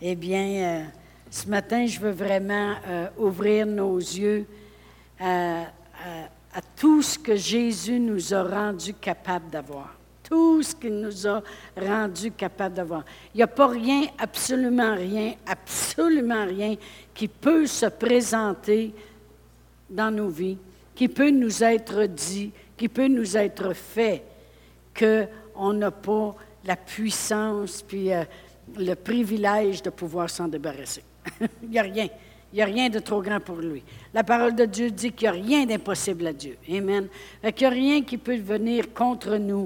Eh bien, ce matin, je veux vraiment ouvrir nos yeux à tout ce que Jésus nous a rendu capable d'avoir. Tout ce qu'il nous a rendu capable d'avoir. Il n'y a pas rien, absolument rien qui peut se présenter dans nos vies, qui peut nous être dit, qui peut nous être fait, qu'on n'a pas la puissance puis le privilège de pouvoir s'en débarrasser. Il n'y a rien. Il n'y a rien de trop grand pour lui. La parole de Dieu dit qu'il n'y a rien d'impossible à Dieu. Amen. Il n'y a rien qui peut venir contre nous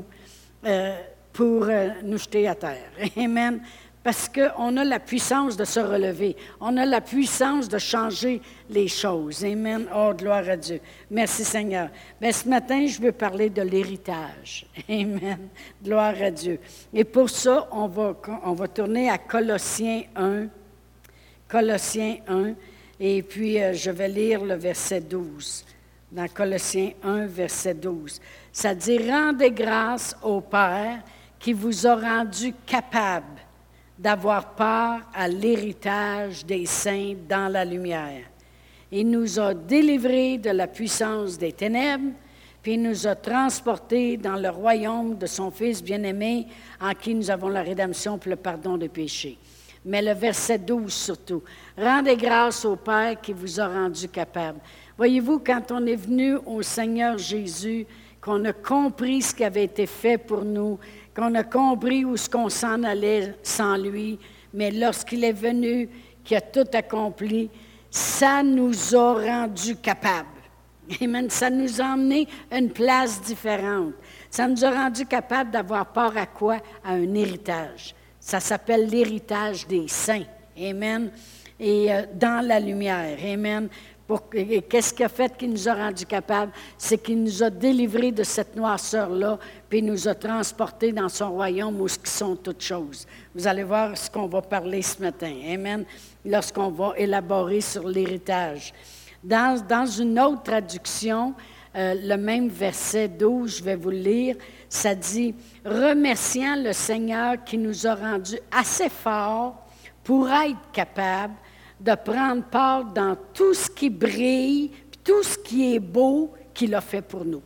pour nous jeter à terre. Amen. Parce qu'on a la puissance de se relever. On a la puissance de changer les choses. Amen. Oh, gloire à Dieu. Merci Seigneur. Bien, ce matin, je veux parler de l'héritage. Amen. Gloire à Dieu. Et pour ça, on va tourner à Colossiens 1. Colossiens 1. Et puis, je vais lire le verset 12. Dans Colossiens 1, verset 12. Ça dit « Rendez grâce au Père qui vous a rendu capable d'avoir part à l'héritage des saints dans la lumière. Il nous a délivrés de la puissance des ténèbres, puis il nous a transportés dans le royaume de son Fils bien-aimé, en qui nous avons la rédemption pour le pardon des péchés. » Mais le verset 12 surtout. « Rendez grâce au Père qui vous a rendu capable. » Voyez-vous, quand on est venu au Seigneur Jésus, qu'on a compris ce qui avait été fait pour nous, qu'on a compris où ce qu'on s'en allait sans lui, mais lorsqu'il est venu, qu'il a tout accompli, ça nous a rendus capables. Amen. Ça nous a emmené à une place différente. Ça nous a rendus capables d'avoir part à quoi? À un héritage. Ça s'appelle l'héritage des saints. Amen. Et dans la lumière. Amen. Et qu'est-ce qu'il a fait qui nous a rendus capables? C'est qu'il nous a délivrés de cette noirceur-là, puis il nous a transportés dans son royaume où ce qui sont toutes choses. Vous allez voir ce qu'on va parler ce matin. Amen. Lorsqu'on va élaborer sur l'héritage. Dans une autre traduction, le même verset 12, je vais vous le lire, ça dit « Remerciant le Seigneur qui nous a rendus assez forts pour être capables de prendre part dans tout ce qui brille, tout ce qui est beau qu'il a fait pour nous. »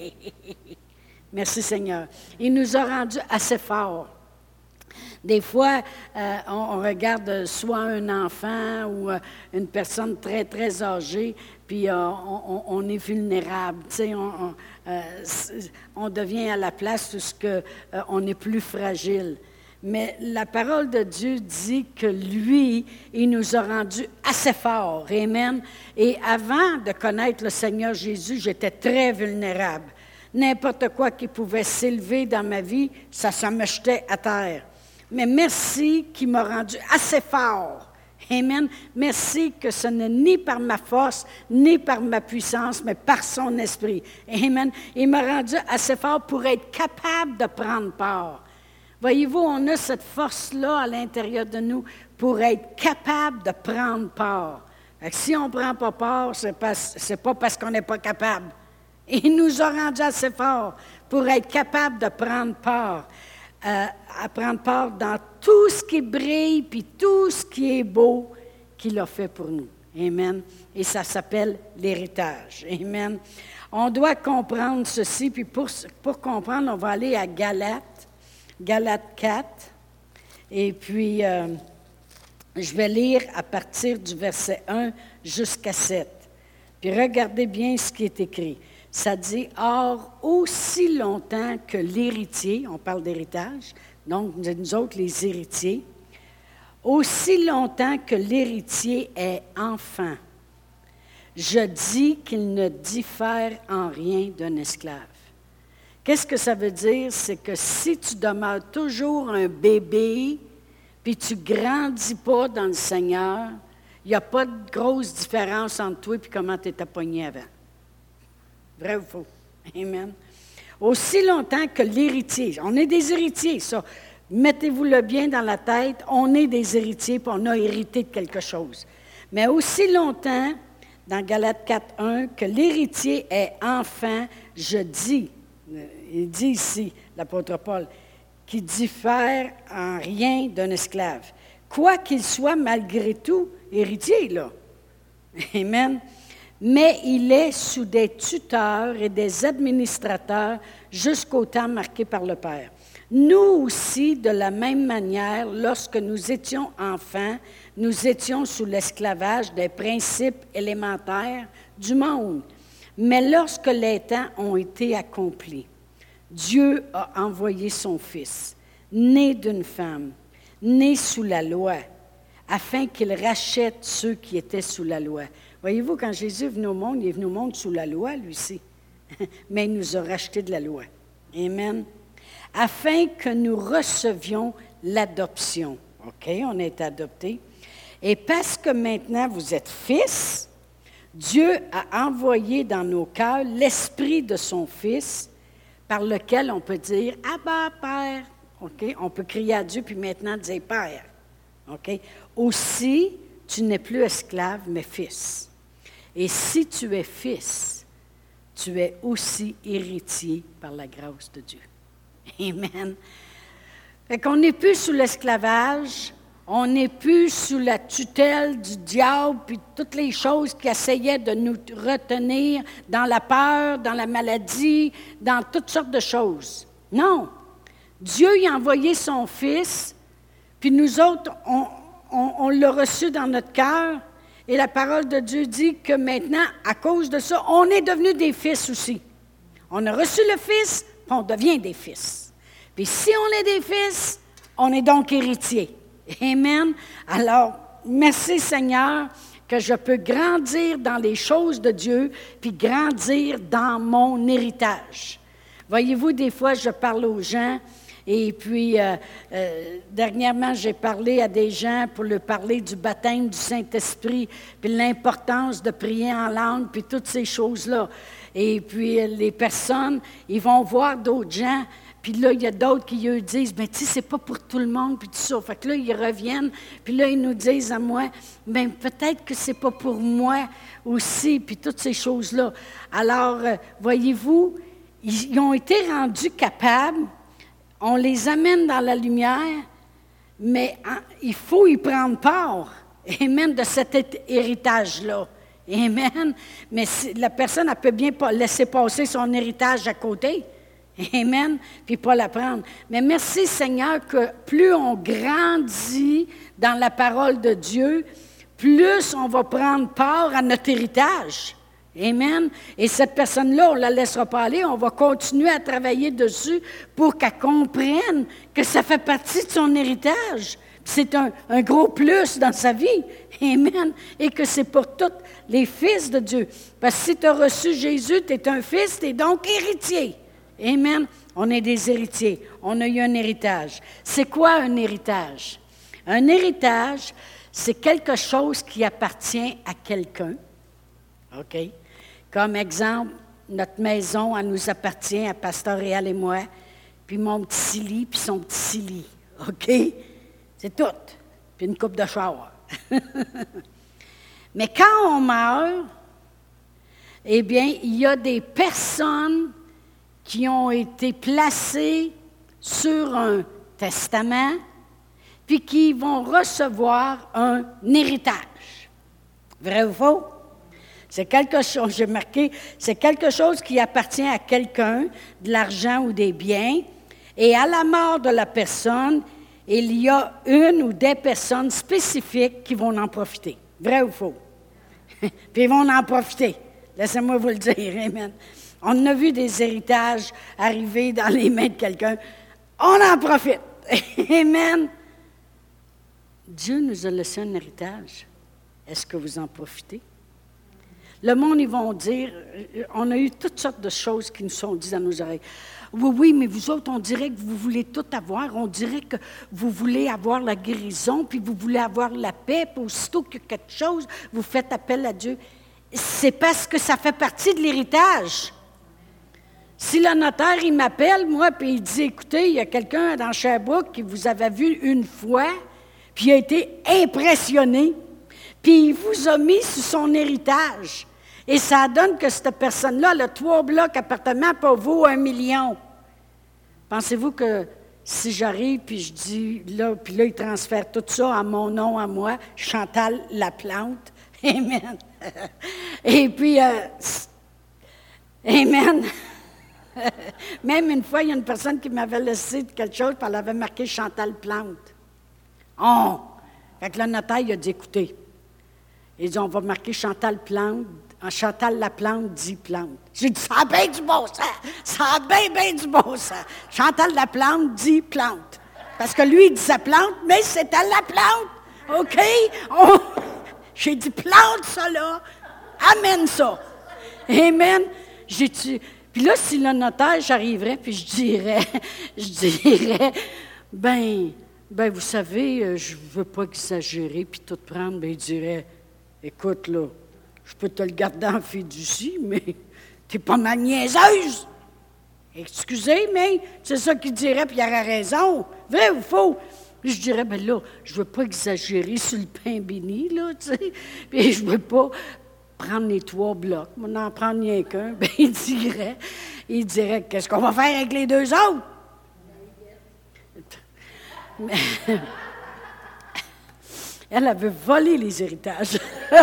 Merci Seigneur. Il nous a rendus assez forts. Des fois, on regarde soit un enfant ou une personne très, très âgée, puis on est vulnérable. Tu sais, on devient à la place où on est plus fragile. Mais la parole de Dieu dit que lui, il nous a rendus assez forts. Amen. Et avant de connaître le Seigneur Jésus, j'étais très vulnérable. N'importe quoi qui pouvait s'élever dans ma vie, ça me jetait à terre. Mais merci qui m'a rendu assez fort. Amen. Merci que ce n'est ni par ma force, ni par ma puissance, mais par son esprit. Amen. Il m'a rendu assez fort pour être capable de prendre part. Voyez-vous, on a cette force-là à l'intérieur de nous pour être capable de prendre part. Si on ne prend pas part, ce n'est pas parce qu'on n'est pas capable. Il nous a rendus assez forts pour être capable de prendre part. À prendre part dans tout ce qui brille, puis tout ce qui est beau qu'il a fait pour nous. Amen. Et ça s'appelle l'héritage. Amen. On doit comprendre ceci, puis pour comprendre, on va aller à Galates 4, et puis je vais lire à partir du verset 1 jusqu'à 7. Puis regardez bien ce qui est écrit. Ça dit, « Or, aussi longtemps que l'héritier, on parle d'héritage, donc nous autres les héritiers, aussi longtemps que l'héritier est enfant, je dis qu'il ne diffère en rien d'un esclave. » Qu'est-ce que ça veut dire? C'est que si tu demeures toujours un bébé, puis tu ne grandis pas dans le Seigneur, il n'y a pas de grosse différence entre toi et comment tu étais pogné avant. Vrai ou faux? Amen. Aussi longtemps que l'héritier, on est des héritiers, ça. Mettez-vous-le bien dans la tête, on est des héritiers, puis on a hérité de quelque chose. Mais aussi longtemps, dans Galates 4.1, que l'héritier est enfant, je dis, il dit ici, l'apôtre Paul, qui diffère en rien d'un esclave, quoi qu'il soit malgré tout héritier, là. Amen. Mais il est sous des tuteurs et des administrateurs jusqu'au temps marqué par le Père. Nous aussi, de la même manière, lorsque nous étions enfants, nous étions sous l'esclavage des principes élémentaires du monde. Mais lorsque les temps ont été accomplis, Dieu a envoyé son Fils, né d'une femme, né sous la loi, afin qu'il rachète ceux qui étaient sous la loi. Voyez-vous, quand Jésus est venu au monde, il est venu au monde sous la loi, lui aussi. Mais il nous a rachetés de la loi. Amen. Afin que nous recevions l'adoption. OK, on a été adoptés. Et parce que maintenant vous êtes fils, Dieu a envoyé dans nos cœurs l'esprit de son Fils, par lequel on peut dire « Abba, Père ». OK, on peut crier à Dieu, puis maintenant dire « Père ». OK. Aussi, tu n'es plus esclave, mais fils. Et si tu es fils, tu es aussi héritier par la grâce de Dieu. Amen. Fait qu'on n'est plus sous l'esclavage, on n'est plus sous la tutelle du diable, puis toutes les choses qui essayaient de nous retenir dans la peur, dans la maladie, dans toutes sortes de choses. Non. Dieu y a envoyé son Fils, puis nous autres, on l'a reçu dans notre cœur, et la parole de Dieu dit que maintenant, à cause de ça, on est devenus des fils aussi. On a reçu le Fils, puis on devient des fils. Puis si on est des fils, on est donc héritiers. Amen. Alors, merci Seigneur que je peux grandir dans les choses de Dieu, puis grandir dans mon héritage. Voyez-vous, des fois, je parle aux gens, et puis, dernièrement, j'ai parlé à des gens pour leur parler du baptême du Saint-Esprit, puis l'importance de prier en langue, puis toutes ces choses-là. Et puis, les personnes, ils vont voir d'autres gens, puis là, il y a d'autres qui eux disent, bien, tu sais, c'est pas pour tout le monde, puis tout ça. Fait que là, ils reviennent, puis là, ils nous disent à moi, bien, peut-être que c'est pas pour moi aussi, puis toutes ces choses-là. Alors, voyez-vous, ils ont été rendus capables, on les amène dans la lumière, mais il faut y prendre part, amen, de cet héritage-là. Amen. Mais la personne, elle peut bien pas laisser passer son héritage à côté. Amen. Puis pas la prendre. Mais merci Seigneur que plus on grandit dans la parole de Dieu, plus on va prendre part à notre héritage. Amen. Et cette personne-là, on ne la laissera pas aller. On va continuer à travailler dessus pour qu'elle comprenne que ça fait partie de son héritage. C'est un gros plus dans sa vie. Amen. Et que c'est pour tous les fils de Dieu. Parce que si tu as reçu Jésus, tu es un fils, tu es donc héritier. Amen. On est des héritiers. On a eu un héritage. C'est quoi un héritage? Un héritage, c'est quelque chose qui appartient à quelqu'un. OK? Comme exemple, notre maison, elle nous appartient à Pasteur Réal et moi, puis mon petit Silly, puis son petit Silly. OK? C'est tout. Puis une coupe de shower. Mais quand on meurt, eh bien, il y a des personnes qui ont été placées sur un testament, puis qui vont recevoir un héritage. Vrai ou faux? C'est quelque chose, j'ai marqué, c'est quelque chose qui appartient à quelqu'un, de l'argent ou des biens, et à la mort de la personne, il y a une ou des personnes spécifiques qui vont en profiter. Vrai ou faux? Puis ils vont en profiter. Laissez-moi vous le dire. Amen. On a vu des héritages arriver dans les mains de quelqu'un. On en profite. Amen. Dieu nous a laissé un héritage. Est-ce que vous en profitez? Le monde, ils vont dire, on a eu toutes sortes de choses qui nous sont dites dans nos oreilles. Oui, mais vous autres, on dirait que vous voulez tout avoir. On dirait que vous voulez avoir la guérison, puis vous voulez avoir la paix, puis aussitôt qu'il y a quelque chose, vous faites appel à Dieu. C'est parce que ça fait partie de l'héritage. Si le notaire, il m'appelle, moi, puis il dit, écoutez, il y a quelqu'un dans Sherbrooke qui vous avait vu une fois, puis il a été impressionné, puis il vous a mis sur son héritage. Et ça donne que cette personne-là, elle a 3 blocs appartements, pour vaut 1 million. Pensez-vous que si j'arrive puis je dis, puis là, il transfère tout ça à mon nom, à moi, Chantal Laplante. Amen. Et puis, Amen. Même une fois, il y a une personne qui m'avait laissé quelque chose, puis elle avait marqué Chantal Plante. Oh! Fait que le notaire, il a dit, écoutez, il dit, on va marquer Chantal Plante, Chantal Laplante dit Plante. J'ai dit, ça a bien du bon sens. Ça a bien du bon sens. Chantal Laplante dit Plante. Parce que lui, il dit sa plante, mais c'était la plante. OK? J'ai dit, plante ça là. Amène ça. Amen. Puis là, si le notaire, j'arriverais, puis je dirais, ben, vous savez, je ne veux pas exagérer, puis tout prendre, il dirait, écoute, là, je peux te le garder en fiducie, mais tu n'es pas ma niaiseuse. Excusez, mais c'est ça qu'il dirait, puis il aurait raison. Vrai ou faux? Puis je dirais, ben là, je ne veux pas exagérer sur le pain béni, là, tu sais, puis je ne veux pas prendre les 3 blocs, on n'en prend rien qu'un. Bien, il dirait, qu'est-ce qu'on va faire avec les 2 autres? Mais, elle veut voler les héritages.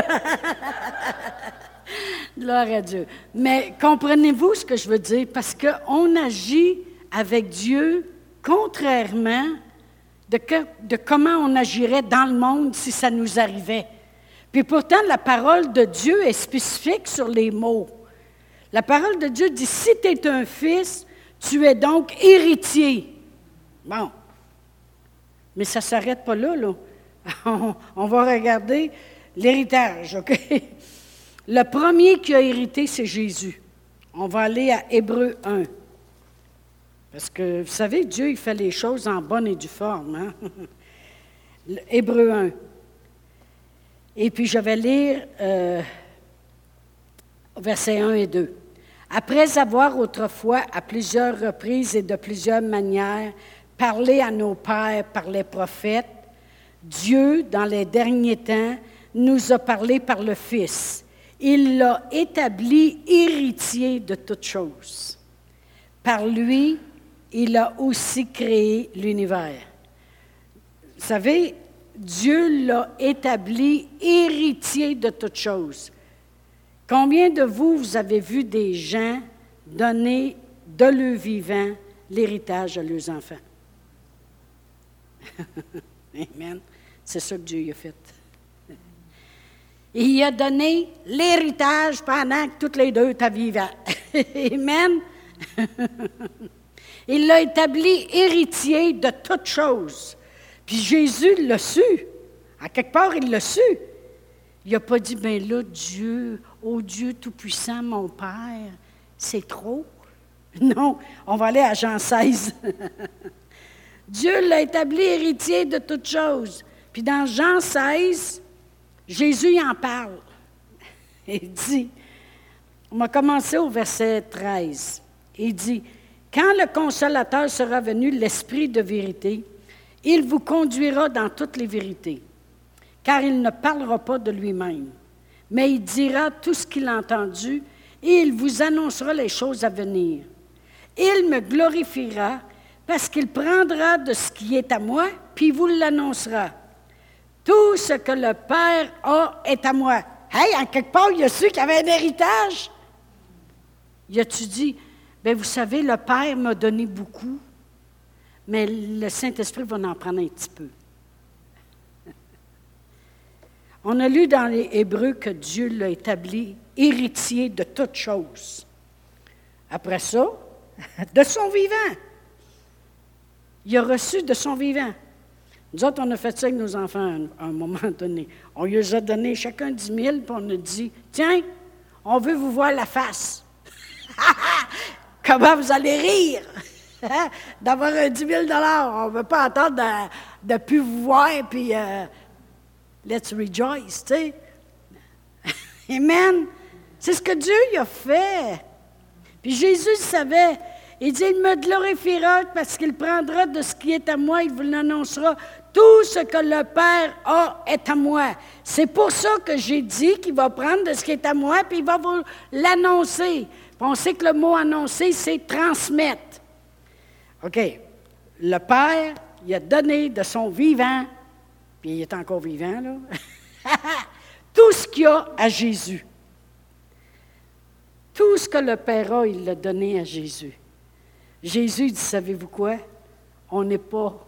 Gloire à Dieu. Mais comprenez-vous ce que je veux dire? Parce qu'on agit avec Dieu contrairement de comment on agirait dans le monde si ça nous arrivait. Puis pourtant, la parole de Dieu est spécifique sur les mots. La parole de Dieu dit, si tu es un fils, tu es donc héritier. Bon. Mais ça ne s'arrête pas là, là. On va regarder l'héritage, OK? Le premier qui a hérité, c'est Jésus. On va aller à Hébreux 1. Parce que, vous savez, Dieu, il fait les choses en bonne et due forme. Hein? Hébreux 1. Et puis, je vais lire versets 1 et 2. Après avoir autrefois, à plusieurs reprises et de plusieurs manières, parlé à nos pères par les prophètes, Dieu, dans les derniers temps, nous a parlé par le Fils. Il l'a établi héritier de toutes choses. Par lui, il a aussi créé l'univers. Vous savez, Dieu l'a établi héritier de toutes choses. Combien de vous avez vu des gens donner de leur vivant l'héritage à leurs enfants? Amen. C'est ça que Dieu a fait. Il a donné l'héritage pendant que toutes les 2 étaient vivants. Amen. Il l'a établi héritier de toutes choses. Puis Jésus l'a su. À quelque part, il l'a su. Il n'a pas dit, bien là, Dieu, ô Dieu Tout-Puissant, mon Père, c'est trop. Non, on va aller à Jean 16. Dieu l'a établi héritier de toutes choses. Puis dans Jean 16, Jésus y en parle. Il dit, on va commencer au verset 13. Il dit, « Quand le Consolateur sera venu, l'Esprit de vérité, il vous conduira dans toutes les vérités, car il ne parlera pas de lui-même, mais il dira tout ce qu'il a entendu, et il vous annoncera les choses à venir. Il me glorifiera, parce qu'il prendra de ce qui est à moi, puis il vous l'annoncera. Tout ce que le Père a est à moi. » Hey, en quelque part, il y a ceux qui avaient un héritage. Il a-tu dit, bien, vous savez, le Père m'a donné beaucoup, mais le Saint-Esprit va en prendre un petit peu. On a lu dans les Hébreux que Dieu l'a établi héritier de toutes choses. Après ça, de son vivant. Il a reçu de son vivant. Nous autres, on a fait ça avec nos enfants à un moment donné. On lui a donné chacun 10 000, puis on a dit, tiens, on veut vous voir la face. Comment vous allez rire d'avoir un 10 000 $. On ne veut pas attendre de ne plus vous voir, puis let's rejoice, tu sais. Amen. C'est ce que Dieu y a fait. Puis Jésus le savait. Il dit, il me glorifiera parce qu'il prendra de ce qui est à moi, il vous l'annoncera. Tout ce que le Père a est à moi. C'est pour ça que j'ai dit qu'il va prendre de ce qui est à moi, puis il va vous l'annoncer. Puis on sait que le mot annoncer, c'est transmettre. OK. le Père, il a donné de son vivant, puis il est encore vivant, là, tout ce qu'il y a à Jésus. Tout ce que le Père a, il l'a donné à Jésus. Jésus dit, savez-vous quoi? On n'a pas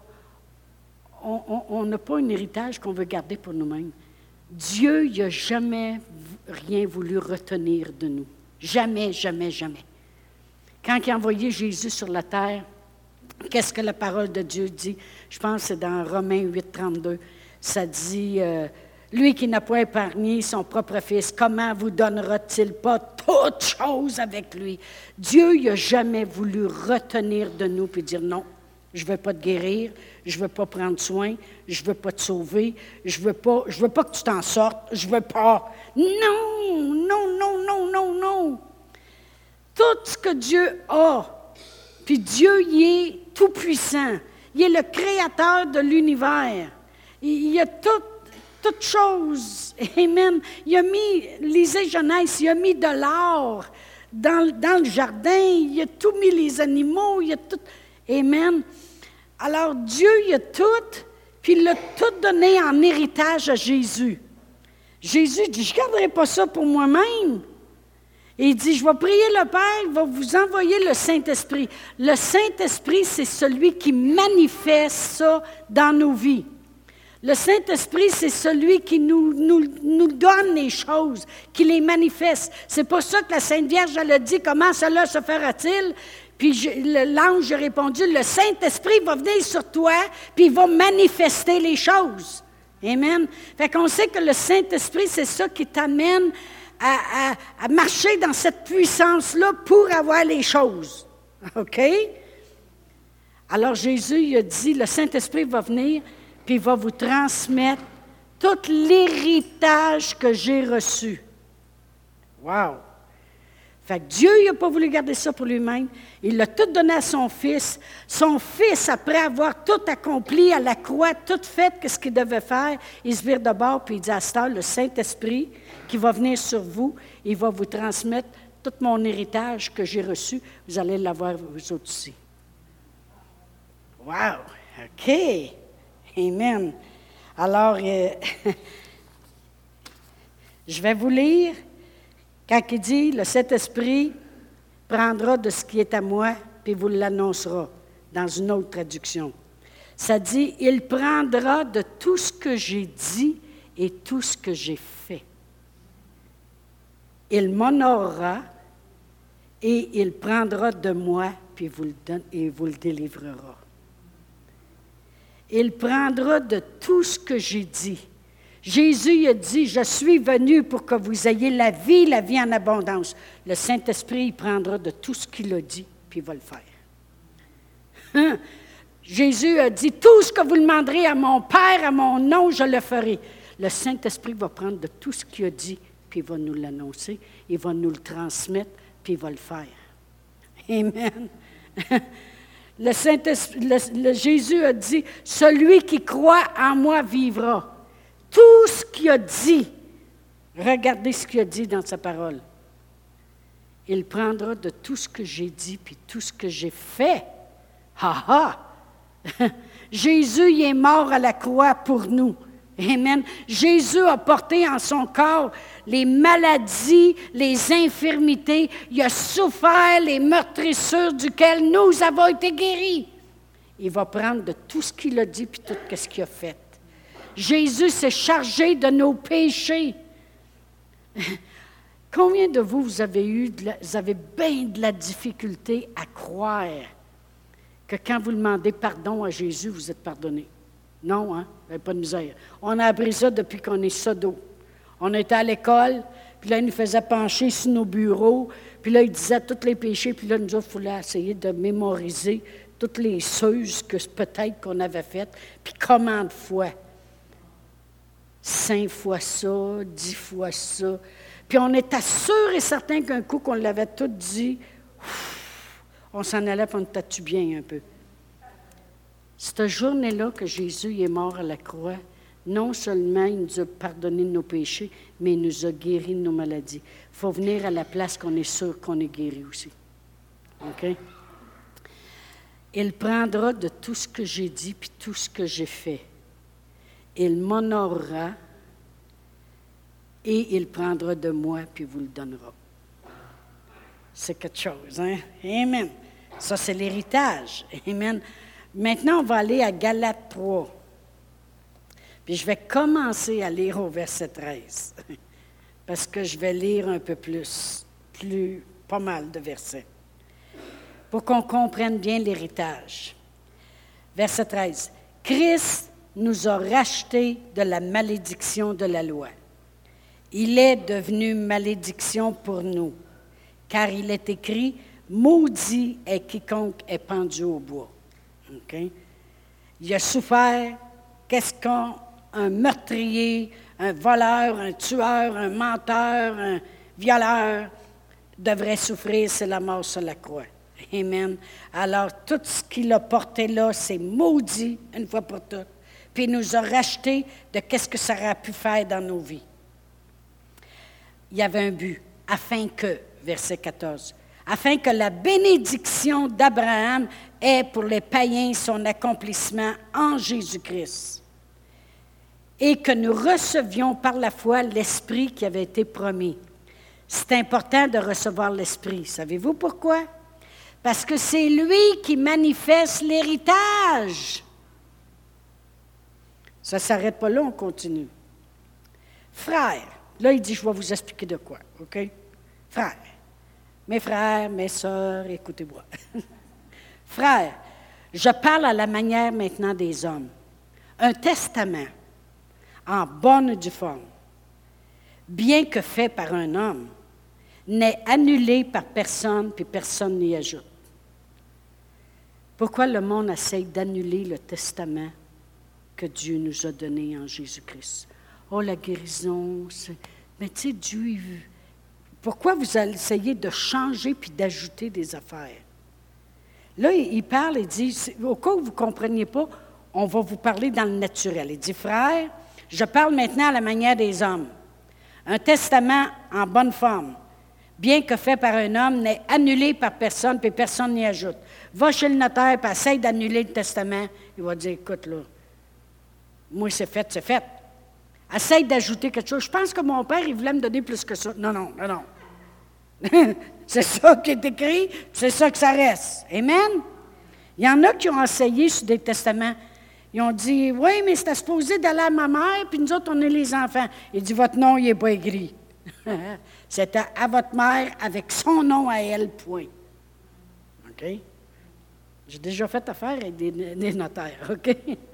un héritage qu'on veut garder pour nous-mêmes. Dieu, il n'a jamais rien voulu retenir de nous. Jamais, jamais, jamais. Quand il a envoyé Jésus sur la terre, qu'est-ce que la parole de Dieu dit? Je pense que c'est dans Romains 8, 32. Ça dit, lui qui n'a pas épargné son propre fils, comment vous donnera-t-il pas toutes choses avec lui? Dieu, il n'a jamais voulu retenir de nous et dire non. Je ne veux pas te guérir, je ne veux pas prendre soin, je ne veux pas te sauver, je veux pas que tu t'en sortes, je ne veux pas. Non, non, non, non, non, non. Tout ce que Dieu a, puis Dieu, il est tout-puissant. Il est le créateur de l'univers. Il a toutes choses. Amen. Il a mis, lisez Genèse, il a mis de l'or dans le jardin, il a tout mis les animaux, il a tout. Amen. Alors, Dieu, il a tout, puis il l'a tout donné en héritage à Jésus. Jésus dit, je ne garderai pas ça pour moi-même. Et il dit, je vais prier le Père, il va vous envoyer le Saint-Esprit. Le Saint-Esprit, c'est celui qui manifeste ça dans nos vies. Le Saint-Esprit, c'est celui qui nous donne les choses, qui les manifeste. C'est pour ça que la Sainte Vierge, elle a dit, comment cela se fera-t-il? Puis l'ange a répondu, le Saint-Esprit va venir sur toi, puis il va manifester les choses. Amen. Fait qu'on sait que le Saint-Esprit, c'est ça qui t'amène à marcher dans cette puissance-là pour avoir les choses. OK? Alors Jésus, il a dit, le Saint-Esprit va venir, puis il va vous transmettre tout l'héritage que j'ai reçu. Wow! Fait que Dieu, il n'a pas voulu garder ça pour lui-même. Il l'a tout donné à son Fils. Son Fils, après avoir tout accompli à la croix, tout fait ce qu'il devait faire, il se vire de bord, puis il dit à cette heure, le Saint-Esprit qui va venir sur vous, il va vous transmettre tout mon héritage que j'ai reçu. Vous allez l'avoir vous autres aussi. Wow! OK! Amen. Alors, je vais vous lire. Quand il dit, le Saint-Esprit prendra de ce qui est à moi, puis vous l'annoncera, dans une autre traduction. Ça dit, il prendra de tout ce que j'ai dit et tout ce que j'ai fait. Il m'honorera et il prendra de moi, puis vous le délivrera. Il prendra de tout ce que j'ai dit. Jésus a dit, je suis venu pour que vous ayez la vie en abondance. Le Saint-Esprit, il prendra de tout ce qu'il a dit, puis il va le faire. Jésus a dit, tout ce que vous demanderez à mon Père, à mon nom, je le ferai. Le Saint-Esprit va prendre de tout ce qu'il a dit, puis il va nous l'annoncer, il va nous le transmettre, puis il va le faire. Amen. Le Saint-Esprit, Jésus a dit, celui qui croit en moi vivra. Tout ce qu'il a dit, regardez ce qu'il a dit dans sa parole. Il prendra de tout ce que j'ai dit, puis tout ce que j'ai fait. Ha ha! Jésus, il est mort à la croix pour nous. Amen. Jésus a porté en son corps les maladies, les infirmités. Il a souffert les meurtrissures duquel nous avons été guéris. Il va prendre de tout ce qu'il a dit, puis tout ce qu'il a fait. Jésus s'est chargé de nos péchés. Combien de vous avez bien de la difficulté à croire que quand vous demandez pardon à Jésus, vous êtes pardonné? Non, hein? Vous n'avez pas de misère. On a appris ça depuis qu'on est sodo. On était à l'école, puis là, il nous faisait pencher sur nos bureaux, puis là, il disait tous les péchés, puis là, nous autres, il fallait essayer de mémoriser toutes les choses que peut-être qu'on avait faites, puis combien de fois? 5 fois ça, 10 fois ça. Puis on était sûr et certain qu'un coup qu'on l'avait tout dit, on s'en allait pour on était bien un peu. Cette journée-là que Jésus est mort à la croix, non seulement il nous a pardonné de nos péchés, mais il nous a guéris de nos maladies. Il faut venir à la place qu'on est sûr qu'on est guéri aussi. OK? Il prendra de tout ce que j'ai dit puis tout ce que j'ai fait. Il m'honorera et il prendra de moi puis vous le donnera. C'est quelque chose, hein? Amen. Ça, c'est l'héritage. Amen. Maintenant, on va aller à Galates 3. Puis je vais commencer à lire au verset 13. Parce que je vais lire un peu plus, pas mal de versets. Pour qu'on comprenne bien l'héritage. Verset 13. Christ nous a rachetés de la malédiction de la loi. Il est devenu malédiction pour nous, car il est écrit, maudit est quiconque est pendu au bois. Okay? Il a souffert, qu'est-ce qu'un meurtrier, un voleur, un tueur, un menteur, un violeur devrait souffrir, c'est la mort sur la croix. Amen. Alors, tout ce qu'il a porté là, c'est maudit, une fois pour toutes. Puis il nous a racheté de qu'est-ce que ça aurait pu faire dans nos vies. Il y avait un but, afin que, verset 14, afin que la bénédiction d'Abraham ait pour les païens son accomplissement en Jésus-Christ. Et que nous recevions par la foi l'Esprit qui avait été promis. C'est important de recevoir l'Esprit. Savez-vous pourquoi? Parce que c'est lui qui manifeste l'héritage. Ça ne s'arrête pas là, on continue. Frères, là il dit, je vais vous expliquer de quoi, OK? Frères, mes frères, mes sœurs, écoutez-moi. Frères, je parle à la manière maintenant des hommes. Un testament en bonne et due forme, bien que fait par un homme, n'est annulé par personne, puis personne n'y ajoute. Pourquoi le monde essaie d'annuler le testament que Dieu nous a donné en Jésus-Christ? Oh, la guérison, mais tu sais, Dieu, pourquoi vous essayez de changer puis d'ajouter des affaires? Là, il parle, il dit, au cas où vous ne compreniez pas, on va vous parler dans le naturel. Il dit, frère, je parle maintenant à la manière des hommes. Un testament en bonne forme, bien que fait par un homme, n'est annulé par personne, puis personne n'y ajoute. Va chez le notaire, puis essaye d'annuler le testament. Il va dire, écoute, là, moi, c'est fait, c'est fait. Essaye d'ajouter quelque chose. Je pense que mon père, il voulait me donner plus que ça. Non, non, non, non. C'est ça qui est écrit, c'est ça que ça reste. Amen? Il y en a qui ont essayé sur des testaments. Ils ont dit, oui, mais c'était supposé d'aller à ma mère, puis nous autres, on est les enfants. Il dit, votre nom, il n'est pas écrit. C'était à votre mère avec son nom à elle, point. OK? J'ai déjà fait affaire avec des notaires, OK?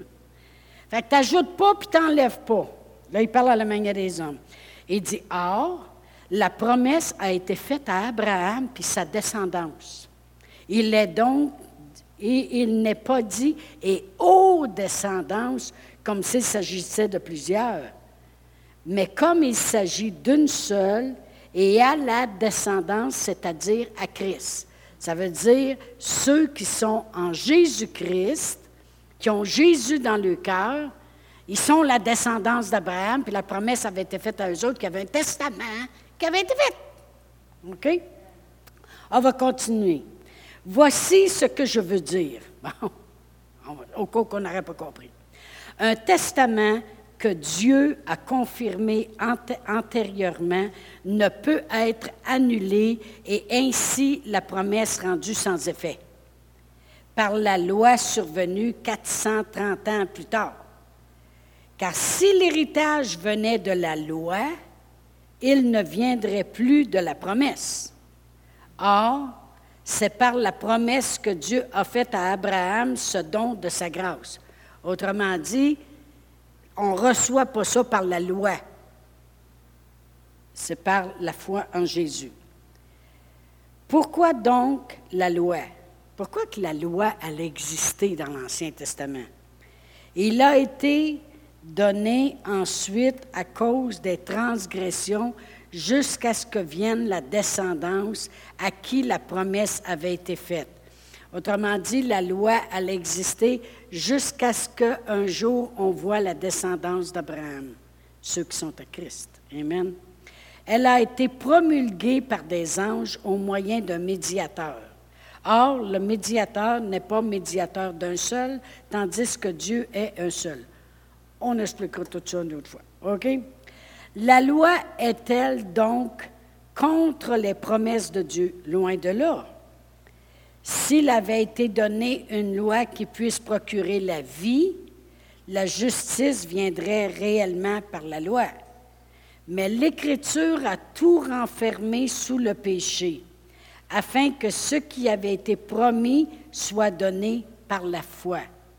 Fait que tu n'ajoutes pas, puis tu n'enlèves pas. Là, il parle à la manière des hommes. Il dit, or, la promesse a été faite à Abraham, puis sa descendance. Il est donc, et il n'est pas dit, et aux descendances, comme s'il s'agissait de plusieurs. Mais comme il s'agit d'une seule, et à la descendance, c'est-à-dire à Christ. Ça veut dire ceux qui sont en Jésus-Christ, qui ont Jésus dans le cœur, ils sont la descendance d'Abraham, puis la promesse avait été faite à eux autres, qui avaient un testament qui avait été fait. OK? On va continuer. Voici ce que je veux dire. Bon, au cas qu'on n'aurait pas compris. Un testament que Dieu a confirmé antérieurement ne peut être annulé et ainsi la promesse rendue sans effet par la loi survenue 430 ans plus tard. Car si l'héritage venait de la loi, il ne viendrait plus de la promesse. Or, c'est par la promesse que Dieu a faite à Abraham ce don de sa grâce. Autrement dit, on ne reçoit pas ça par la loi. C'est par la foi en Jésus. Pourquoi donc la loi? Pourquoi que la loi, elle a existé dans l'Ancien Testament? Il a été donné ensuite à cause des transgressions jusqu'à ce que vienne la descendance à qui la promesse avait été faite. Autrement dit, la loi, elle a existé jusqu'à ce qu'un jour, on voit la descendance d'Abraham, ceux qui sont à Christ. Amen. Elle a été promulguée par des anges au moyen d'un médiateur. Or, le médiateur n'est pas médiateur d'un seul, tandis que Dieu est un seul. On expliquera tout ça une autre fois. OK? La loi est-elle donc contre les promesses de Dieu? Loin de là. S'il avait été donné une loi qui puisse procurer la vie, la justice viendrait réellement par la loi. Mais l'Écriture a tout renfermé sous le péché, afin que ce qui avait été promis soit donné par la foi.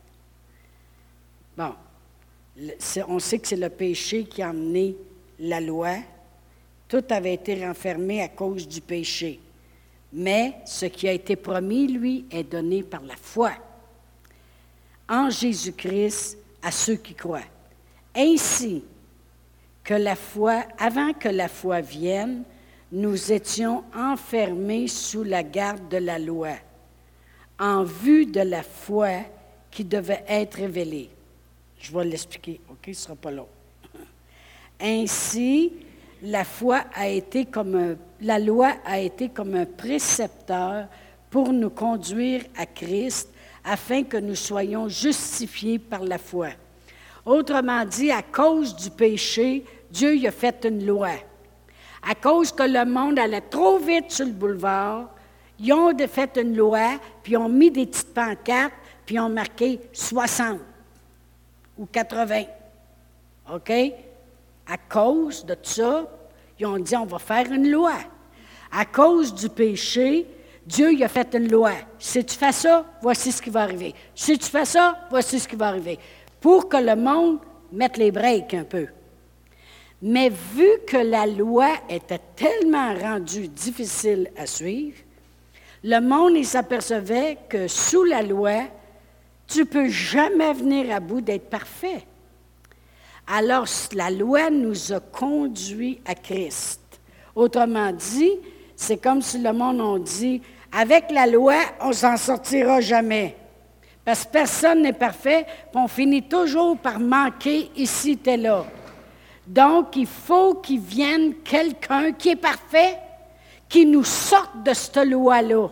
Bon, on sait que c'est le péché qui a amené la loi. Tout avait été renfermé à cause du péché. Mais ce qui a été promis, lui, est donné par la foi en Jésus-Christ à ceux qui croient. Ainsi que la foi, avant que la foi vienne, nous étions enfermés sous la garde de la loi, en vue de la foi qui devait être révélée. Je vais l'expliquer, OK? Ce ne sera pas long. Ainsi, la loi a été comme un précepteur pour nous conduire à Christ, afin que nous soyons justifiés par la foi. Autrement dit, à cause du péché, Dieu y a fait une loi. À cause que le monde allait trop vite sur le boulevard, ils ont fait une loi, puis ils ont mis des petites pancartes, puis ils ont marqué 60 ou 80. OK? À cause de ça, ils ont dit, on va faire une loi. À cause du péché, Dieu y a fait une loi. Si tu fais ça, voici ce qui va arriver. Si tu fais ça, voici ce qui va arriver. Pour que le monde mette les breaks un peu. Mais vu que la loi était tellement rendue difficile à suivre, le monde il s'apercevait que sous la loi, tu ne peux jamais venir à bout d'être parfait. Alors, la loi nous a conduits à Christ. Autrement dit, c'est comme si le monde a dit, avec la loi, on ne s'en sortira jamais. Parce que personne n'est parfait, puis on finit toujours par manquer ici et là. Donc, il faut qu'il vienne quelqu'un qui est parfait, qui nous sorte de cette loi-là.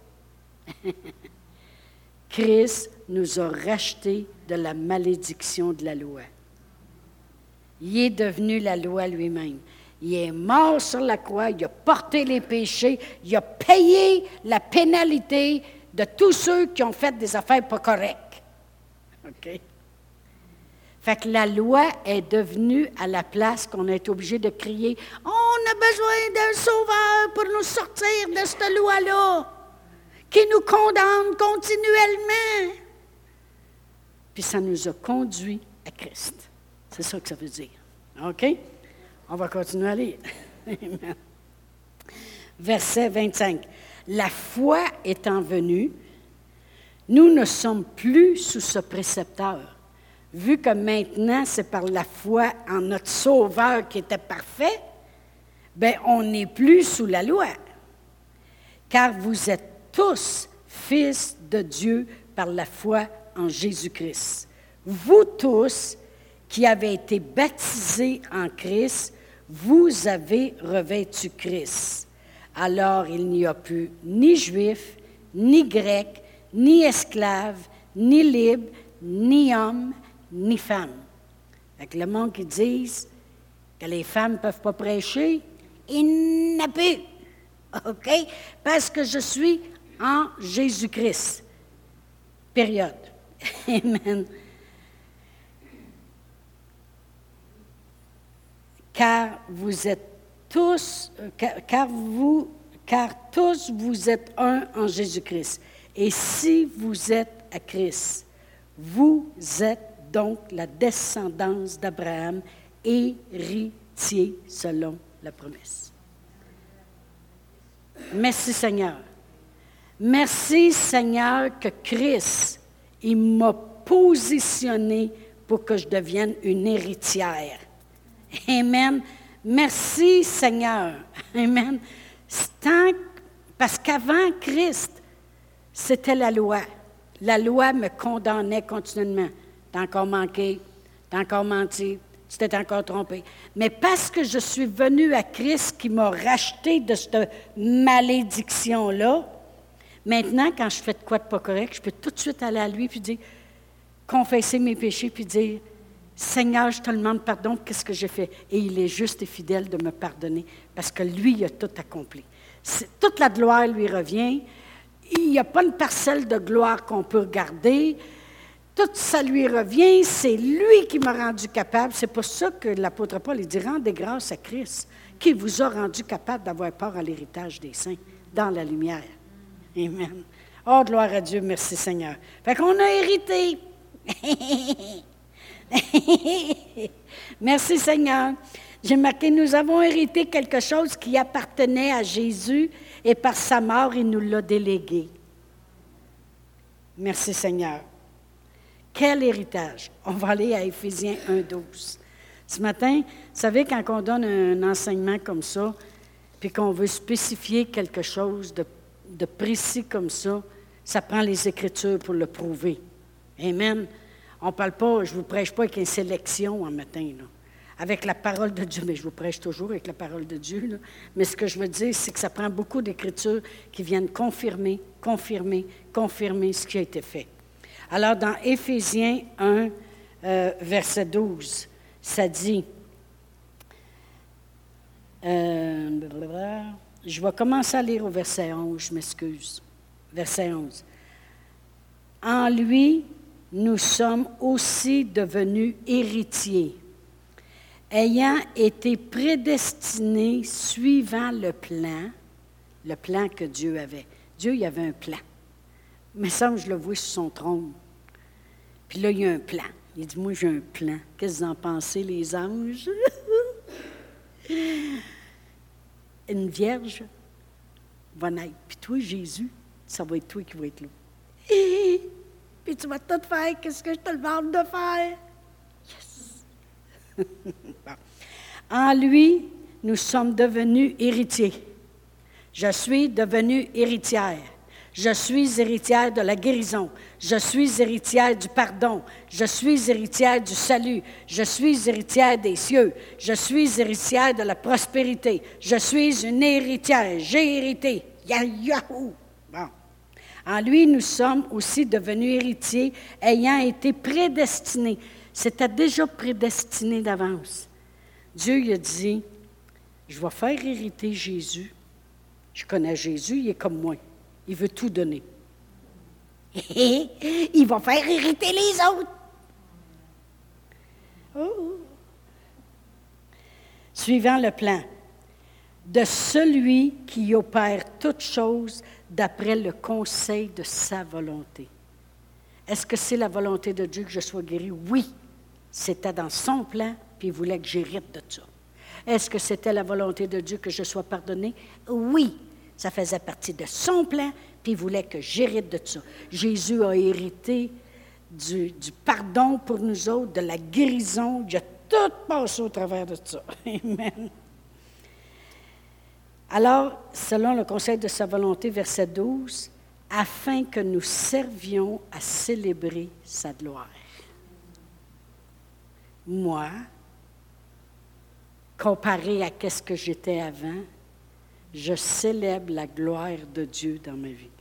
Christ nous a rachetés de la malédiction de la loi. Il est devenu la loi lui-même. Il est mort sur la croix, il a porté les péchés, il a payé la pénalité de tous ceux qui ont fait des affaires pas correctes. OK? Fait que la loi est devenue à la place qu'on a été obligé de crier « On a besoin d'un sauveur pour nous sortir de cette loi-là, qui nous condamne continuellement. » Puis ça nous a conduits à Christ. C'est ça que ça veut dire. OK? On va continuer à lire. Amen. Verset 25. La foi étant venue, nous ne sommes plus sous ce précepteur. Vu que maintenant, c'est par la foi en notre Sauveur qui était parfait, bien, on n'est plus sous la loi. Car vous êtes tous fils de Dieu par la foi en Jésus-Christ. Vous tous qui avez été baptisés en Christ, vous avez revêtu Christ. Alors il n'y a plus ni juif, ni grec, ni esclave, ni libre, ni homme, ni femme. Avec le monde qui dit que les femmes ne peuvent pas prêcher, il n'y en a plus. OK? Parce que je suis en Jésus-Christ. Période. Amen. Car tous vous êtes un en Jésus-Christ. Et si vous êtes à Christ, vous êtes donc la descendance d'Abraham, héritier selon la promesse. Merci Seigneur. Merci Seigneur que Christ, il m'a positionné pour que je devienne une héritière. Amen. Merci Seigneur. Amen. Parce qu'avant Christ, c'était la loi. La loi me condamnait continuellement. T'as encore manqué, t'as encore menti, tu t'es encore trompé. Mais parce que je suis venue à Christ qui m'a racheté de cette malédiction-là, Maintenant, quand je fais de quoi de pas correct, je peux tout de suite aller à lui puis dire, confesser mes péchés puis dire, Seigneur, je te demande pardon, qu'est-ce que j'ai fait? Et il est juste et fidèle de me pardonner parce que lui, il a tout accompli. Toute la gloire lui revient. Il n'y a pas une parcelle de gloire qu'on peut garder. Tout ça lui revient. C'est lui qui m'a rendu capable. C'est pour ça que l'apôtre Paul il dit, rendez grâce à Christ qui vous a rendu capable d'avoir part à l'héritage des saints dans la lumière. Amen. Oh, gloire à Dieu, merci Seigneur. Fait qu'on a hérité. Merci Seigneur. J'ai marqué, nous avons hérité quelque chose qui appartenait à Jésus et par sa mort, il nous l'a délégué. Merci Seigneur. Quel héritage? On va aller à Éphésiens 1,12. Ce matin, vous savez, quand on donne un enseignement comme ça, puis qu'on veut spécifier quelque chose de précis comme ça, ça prend les Écritures pour le prouver. Amen. On ne parle pas, je ne vous prêche pas avec une sélection en matin, là. Avec la parole de Dieu, mais je vous prêche toujours avec la parole de Dieu, là. Mais ce que je veux dire, c'est que ça prend beaucoup d'Écritures qui viennent confirmer ce qui a été fait. Alors, dans Éphésiens 1, verset 12, ça dit, je vais commencer à lire au verset 11, je m'excuse. Verset 11. En lui, nous sommes aussi devenus héritiers, ayant été prédestinés suivant le plan que Dieu avait. Dieu, il avait un plan. Mais ça, je le vois sur son trône. Puis là, il y a un plan. Il dit, moi, j'ai un plan. Qu'est-ce que vous en pensez, les anges? Une vierge va naître. Puis toi, Jésus, ça va être toi qui vas être là. Puis tu vas tout faire, qu'est-ce que je te demande de faire? Yes! Bon. En lui, nous sommes devenus héritiers. Je suis devenue héritière. Je suis héritière de la guérison. Je suis héritière du pardon. Je suis héritière du salut. Je suis héritière des cieux. Je suis héritière de la prospérité. Je suis une héritière. J'ai hérité. Yahoo! Bon. En lui, nous sommes aussi devenus héritiers, ayant été prédestinés. C'était déjà prédestiné d'avance. Dieu il a dit, je vais faire hériter Jésus. Je connais Jésus, il est comme moi. Il veut tout donner. Il va faire hériter les autres. Oh. Suivant le plan de celui qui opère toutes choses d'après le conseil de sa volonté. Est-ce que c'est la volonté de Dieu que je sois guéri? Oui. C'était dans son plan, puis il voulait que j'hérite de ça. Est-ce que c'était la volonté de Dieu que je sois pardonné? Oui. Ça faisait partie de son plan, puis il voulait que j'hérite de ça. Jésus a hérité du pardon pour nous autres, de la guérison. Il a tout passé au travers de ça. Amen. Alors, selon le conseil de sa volonté, verset 12, afin que nous servions à célébrer sa gloire. Moi, comparé à ce que j'étais avant, je célèbre la gloire de Dieu dans ma vie.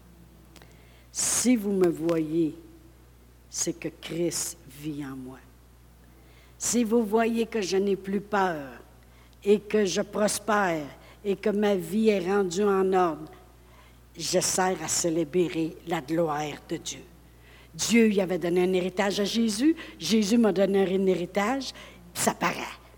Si vous me voyez, c'est que Christ vit en moi. Si vous voyez que je n'ai plus peur et que je prospère et que ma vie est rendue en ordre, je sers à célébrer la gloire de Dieu. Dieu y avait donné un héritage à Jésus. Jésus m'a donné un héritage. Ça paraît.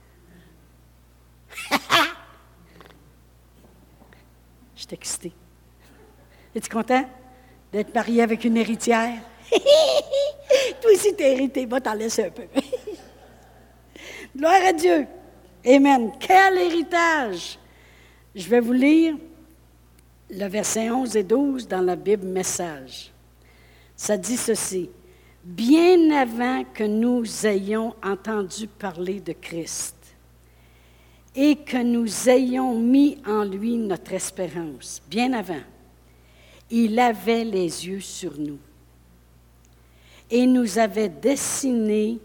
Je suis excitée. Es-tu content d'être marié avec une héritière? Toi aussi, tu es hérité. Va t'en laisser un peu. Gloire à Dieu. Amen. Quel héritage! Je vais vous lire le verset 11 et 12 dans la Bible Message. Ça dit ceci. « Bien avant que nous ayons entendu parler de Christ et que nous ayons mis en lui notre espérance, bien avant, il avait les yeux sur nous et nous avait dessiné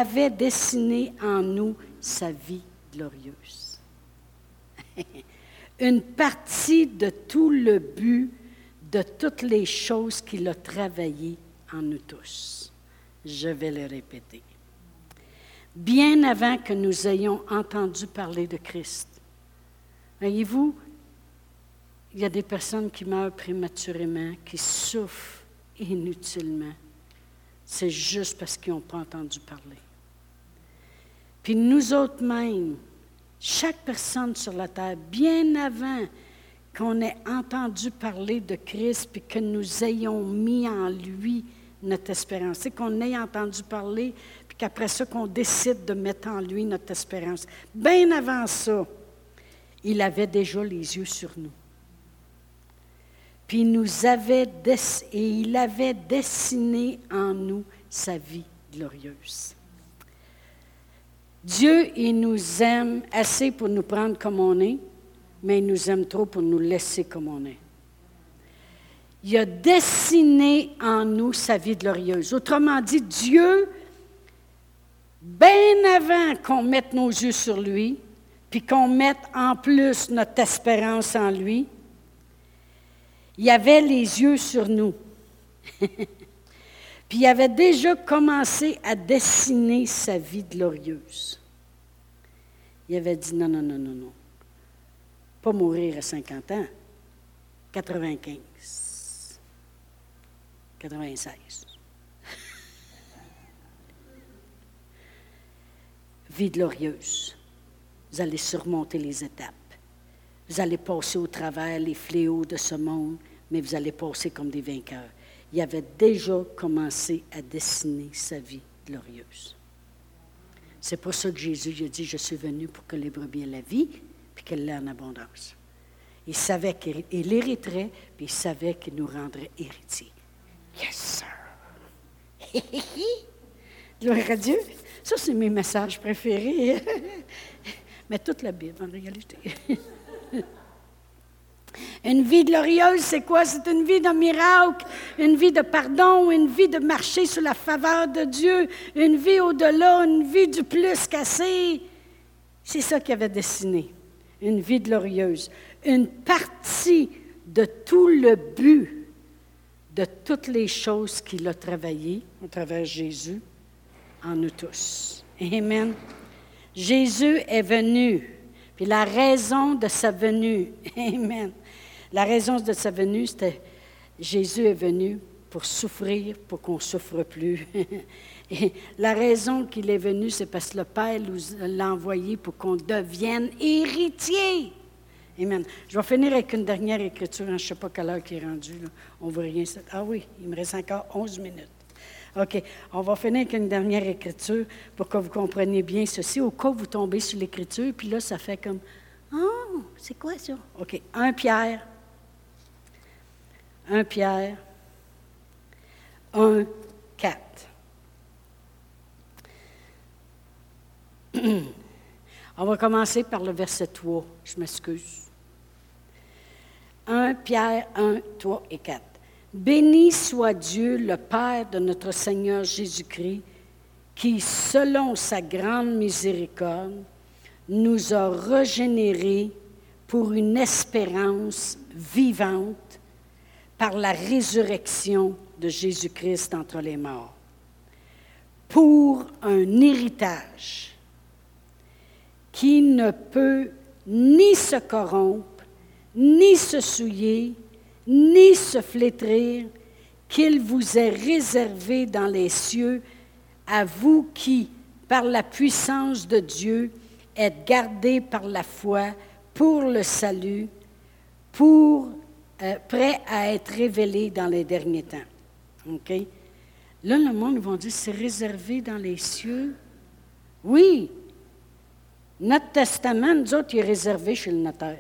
en nous sa vie glorieuse. » une partie de tout le but de toutes les choses qu'il a travaillées en nous tous. Je vais le répéter. Bien avant que nous ayons entendu parler de Christ. Voyez-vous, il y a des personnes qui meurent prématurément, qui souffrent inutilement. C'est juste parce qu'ils n'ont pas entendu parler. Puis nous autres mêmes, chaque personne sur la terre, bien avant qu'on ait entendu parler de Christ, puis que nous ayons mis en lui notre espérance. C'est qu'on ait entendu parler, puis qu'après ça, qu'on décide de mettre en lui notre espérance. Bien avant ça, il avait déjà les yeux sur nous. Puis il avait dessiné en nous sa vie glorieuse. Dieu, il nous aime assez pour nous prendre comme on est, mais il nous aime trop pour nous laisser comme on est. Il a dessiné en nous sa vie glorieuse. Autrement dit, Dieu, bien avant qu'on mette nos yeux sur lui, puis qu'on mette en plus notre espérance en lui, il avait les yeux sur nous. Puis il avait déjà commencé à dessiner sa vie glorieuse. Il avait dit non. Pas mourir à 50 ans, 95, 96. Vie glorieuse. Vous allez surmonter les étapes. Vous allez passer au travers les fléaux de ce monde, mais vous allez passer comme des vainqueurs. Il avait déjà commencé à dessiner sa vie glorieuse. C'est pour ça que Jésus a dit, je suis venu pour que les brebis aient la vie, puis qu'elle l'ait en abondance. Il savait qu'il hériterait, puis il savait qu'il nous rendrait héritiers. Yes, sir! Gloire à Dieu! Ça, c'est mes messages préférés. Mais toute la Bible, en réalité. Une vie glorieuse, c'est quoi? C'est une vie de miracle, une vie de pardon, une vie de marcher sous la faveur de Dieu, une vie au-delà, une vie du plus qu'assez. C'est ça qu'il avait dessiné, une vie glorieuse. Une partie de tout le but de toutes les choses qu'il a travaillées au travers Jésus en nous tous. Amen. Jésus est venu, puis la raison de sa venue, amen. La raison de sa venue, c'était Jésus est venu pour souffrir, pour qu'on ne souffre plus. Et la raison qu'il est venu, c'est parce que le Père l'a envoyé pour qu'on devienne héritier. Amen. Je vais finir avec une dernière écriture. Je ne sais pas quelle heure qui est rendue. Là. On ne voit rien. Ah oui, il me reste encore 11 minutes. OK. On va finir avec une dernière écriture pour que vous compreniez bien ceci. Au cas où vous tombez sur l'écriture, puis là, ça fait comme « Oh, c'est quoi ça? » OK. 1 Pierre 1, 4. On va commencer par le verset 3. Je m'excuse. 1 Pierre 1, 3 et 4. Béni soit Dieu, le Père de notre Seigneur Jésus-Christ, qui, selon sa grande miséricorde, nous a régénérés pour une espérance vivante par la résurrection de Jésus-Christ entre les morts, pour un héritage qui ne peut ni se corrompre, ni se souiller, ni se flétrir, qu'il vous est réservé dans les cieux, à vous qui, par la puissance de Dieu, êtes gardés par la foi pour le salut, prêt à être révélé dans les derniers temps. OK? Là, le monde, ils vont dire, c'est réservé dans les cieux. Oui. Notre testament, nous autres, il est réservé chez le notaire.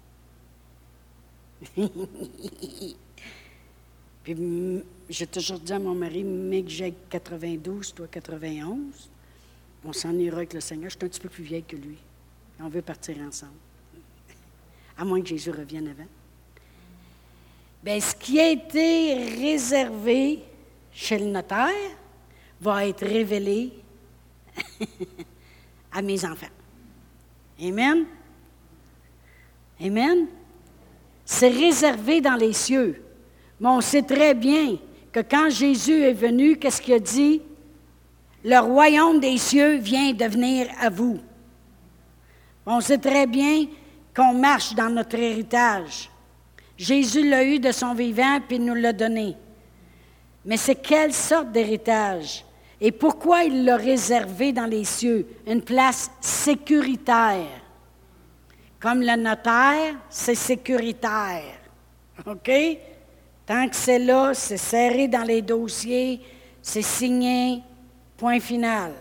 Puis, j'ai toujours dit à mon mari, mais que j'ai 92, toi 91, on s'en ira avec le Seigneur. Je suis un petit peu plus vieille que lui. On veut partir ensemble. À moins que Jésus revienne avant. Bien, ce qui a été réservé chez le notaire va être révélé à mes enfants. Amen? Amen. C'est réservé dans les cieux. Mais on sait très bien que quand Jésus est venu, qu'est-ce qu'il a dit? Le royaume des cieux vient de venir à vous. On sait très bien qu'on marche dans notre héritage. Jésus l'a eu de son vivant, puis il nous l'a donné. Mais c'est quelle sorte d'héritage? Et pourquoi il l'a réservé dans les cieux? Une place sécuritaire. Comme le notaire, c'est sécuritaire. OK? Tant que c'est là, c'est serré dans les dossiers, c'est signé, point final.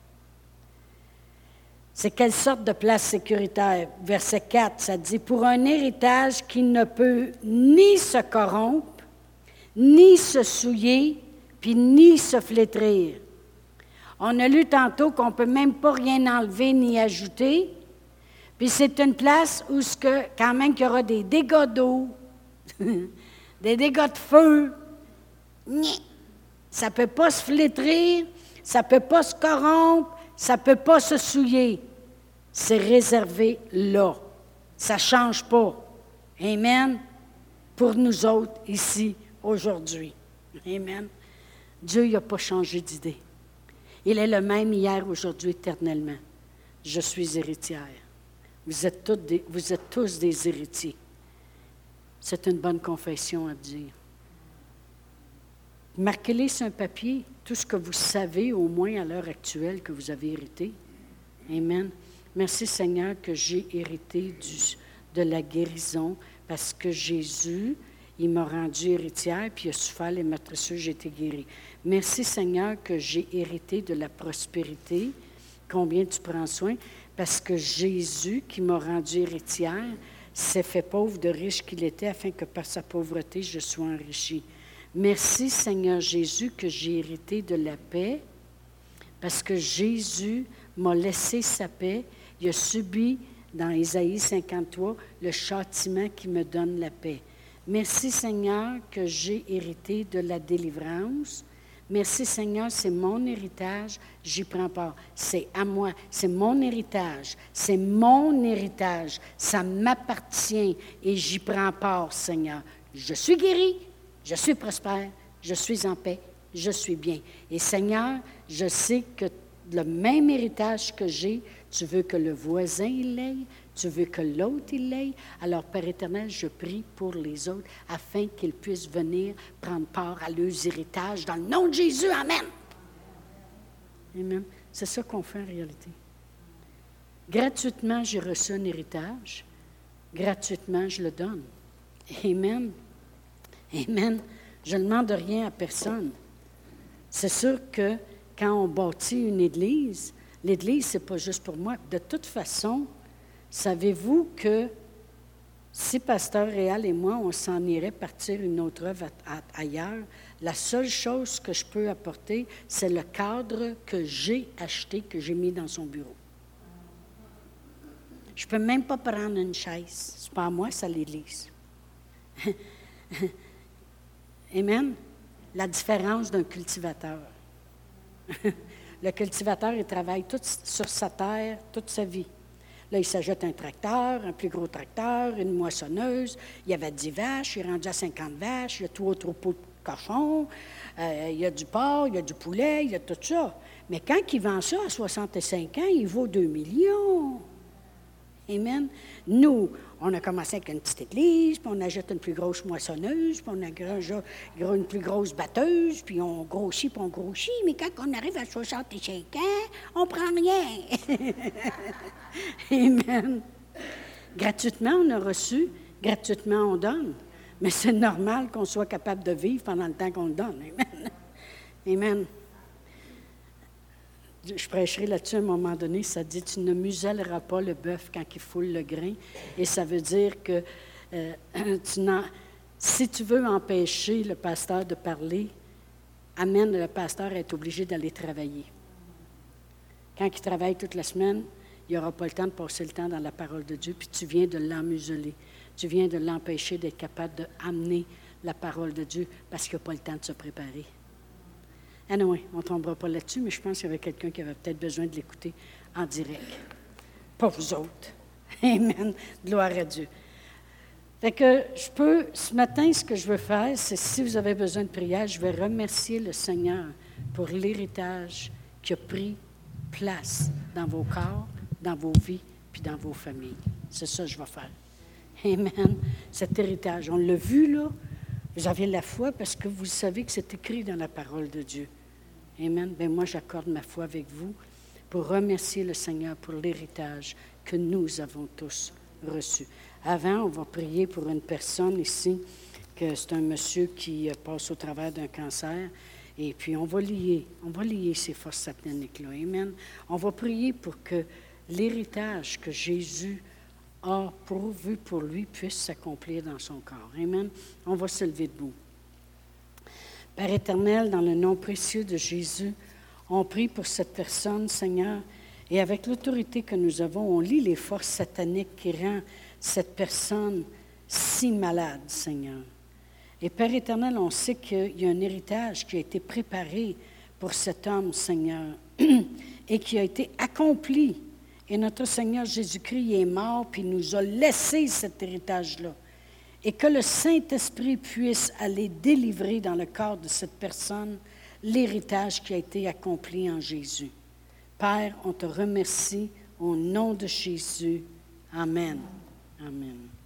C'est quelle sorte de place sécuritaire? Verset 4, ça dit, pour un héritage qui ne peut ni se corrompre, ni se souiller, puis ni se flétrir. On a lu tantôt qu'on ne peut même pas rien enlever ni ajouter. Puis c'est une place où quand même qu'il y aura des dégâts d'eau, des dégâts de feu. Ça ne peut pas se flétrir, ça ne peut pas se corrompre, ça ne peut pas se souiller. C'est réservé là. Ça ne change pas. Amen. Pour nous autres ici, aujourd'hui. Amen. Dieu n'a pas changé d'idée. Il est le même hier, aujourd'hui, éternellement. Je suis héritière. Vous êtes tous des héritiers. C'est une bonne confession à dire. Marquez-les sur un papier, tout ce que vous savez, au moins à l'heure actuelle, que vous avez hérité. Amen. Merci Seigneur que j'ai hérité de la guérison, parce que Jésus, il m'a rendu héritière, puis il a souffert les meurtrissures, j'ai été guérie. Merci Seigneur que j'ai hérité de la prospérité. Combien tu prends soin? Parce que Jésus, qui m'a rendu héritière, s'est fait pauvre de riche qu'il était, afin que par sa pauvreté, je sois enrichi. Merci Seigneur Jésus que j'ai hérité de la paix, parce que Jésus m'a laissé sa paix. Il a subi, dans Ésaïe 53, le châtiment qui me donne la paix. Merci Seigneur que j'ai hérité de la délivrance. Merci Seigneur, c'est mon héritage, j'y prends part. C'est à moi, c'est mon héritage, ça m'appartient et j'y prends part Seigneur. Je suis guéri, je suis prospère, je suis en paix, je suis bien. Et Seigneur, je sais que le même héritage que j'ai, tu veux que le voisin il l'ait, tu veux que l'autre il l'ait. Alors, Père éternel, je prie pour les autres afin qu'ils puissent venir prendre part à leurs héritages dans le nom de Jésus. Amen. Amen. C'est ça qu'on fait en réalité. Gratuitement, j'ai reçu un héritage. Gratuitement, je le donne. Amen. Amen. Je ne demande rien à personne. C'est sûr que quand on bâtit une église, l'église, ce n'est pas juste pour moi. De toute façon, savez-vous que si Pasteur Réal et moi, on s'en irait partir une autre œuvre ailleurs, la seule chose que je peux apporter, c'est le cadre que j'ai acheté, que j'ai mis dans son bureau. Je ne peux même pas prendre une chaise. Ce n'est pas à moi, c'est à l'église. Amen. La différence d'un cultivateur. Le cultivateur, il travaille tout sur sa terre, toute sa vie. Là, il s'ajoute un tracteur, un plus gros tracteur, une moissonneuse. Il y avait 10 vaches, il est rendu à 50 vaches, il y a 3 troupeaux de cochons, il y a du porc, il y a du poulet, il y a tout ça. Mais quand il vend ça à 65 ans, il vaut 2 millions. Amen. Nous, on a commencé avec une petite église, puis on achète une plus grosse moissonneuse, puis on a une plus grosse batteuse, puis on grossit, mais quand on arrive à 65 ans, on prend rien. Amen. Gratuitement, on a reçu, gratuitement, on donne. Mais c'est normal qu'on soit capable de vivre pendant le temps qu'on le donne. Amen. Amen. Je prêcherai là-dessus à un moment donné, ça dit « Tu ne muselleras pas le bœuf quand il foule le grain ». Et ça veut dire que si tu veux empêcher le pasteur de parler, amène le pasteur à être obligé d'aller travailler. Quand il travaille toute la semaine, il n'aura pas le temps de passer le temps dans la parole de Dieu, puis tu viens de l'emmuseler. Tu viens de l'empêcher d'être capable d'amener la parole de Dieu parce qu'il n'a pas le temps de se préparer. Ah non, on ne tombera pas là-dessus, mais je pense qu'il y avait quelqu'un qui avait peut-être besoin de l'écouter en direct. Pas vous autres. Amen. Gloire à Dieu. Fait que ce matin, ce que je veux faire, c'est si vous avez besoin de prière, je vais remercier le Seigneur pour l'héritage qui a pris place dans vos corps, dans vos vies, puis dans vos familles. C'est ça que je vais faire. Amen. Cet héritage, on l'a vu là, vous avez la foi parce que vous savez que c'est écrit dans la parole de Dieu. Amen. Bien, moi, j'accorde ma foi avec vous pour remercier le Seigneur pour l'héritage que nous avons tous reçu. Avant, on va prier pour une personne ici, que c'est un monsieur qui passe au travers d'un cancer, et puis on va lier ces forces sataniques-là. Amen. On va prier pour que l'héritage que Jésus a pourvu pour lui puisse s'accomplir dans son corps. Amen. On va se lever debout. Père éternel, dans le nom précieux de Jésus, on prie pour cette personne, Seigneur, et avec l'autorité que nous avons, on lie les forces sataniques qui rendent cette personne si malade, Seigneur. Et Père éternel, on sait qu'il y a un héritage qui a été préparé pour cet homme, Seigneur, et qui a été accompli. Et notre Seigneur Jésus-Christ est mort, puis il nous a laissé cet héritage-là. Et que le Saint-Esprit puisse aller délivrer dans le corps de cette personne l'héritage qui a été accompli en Jésus. Père, on te remercie au nom de Jésus. Amen. Amen.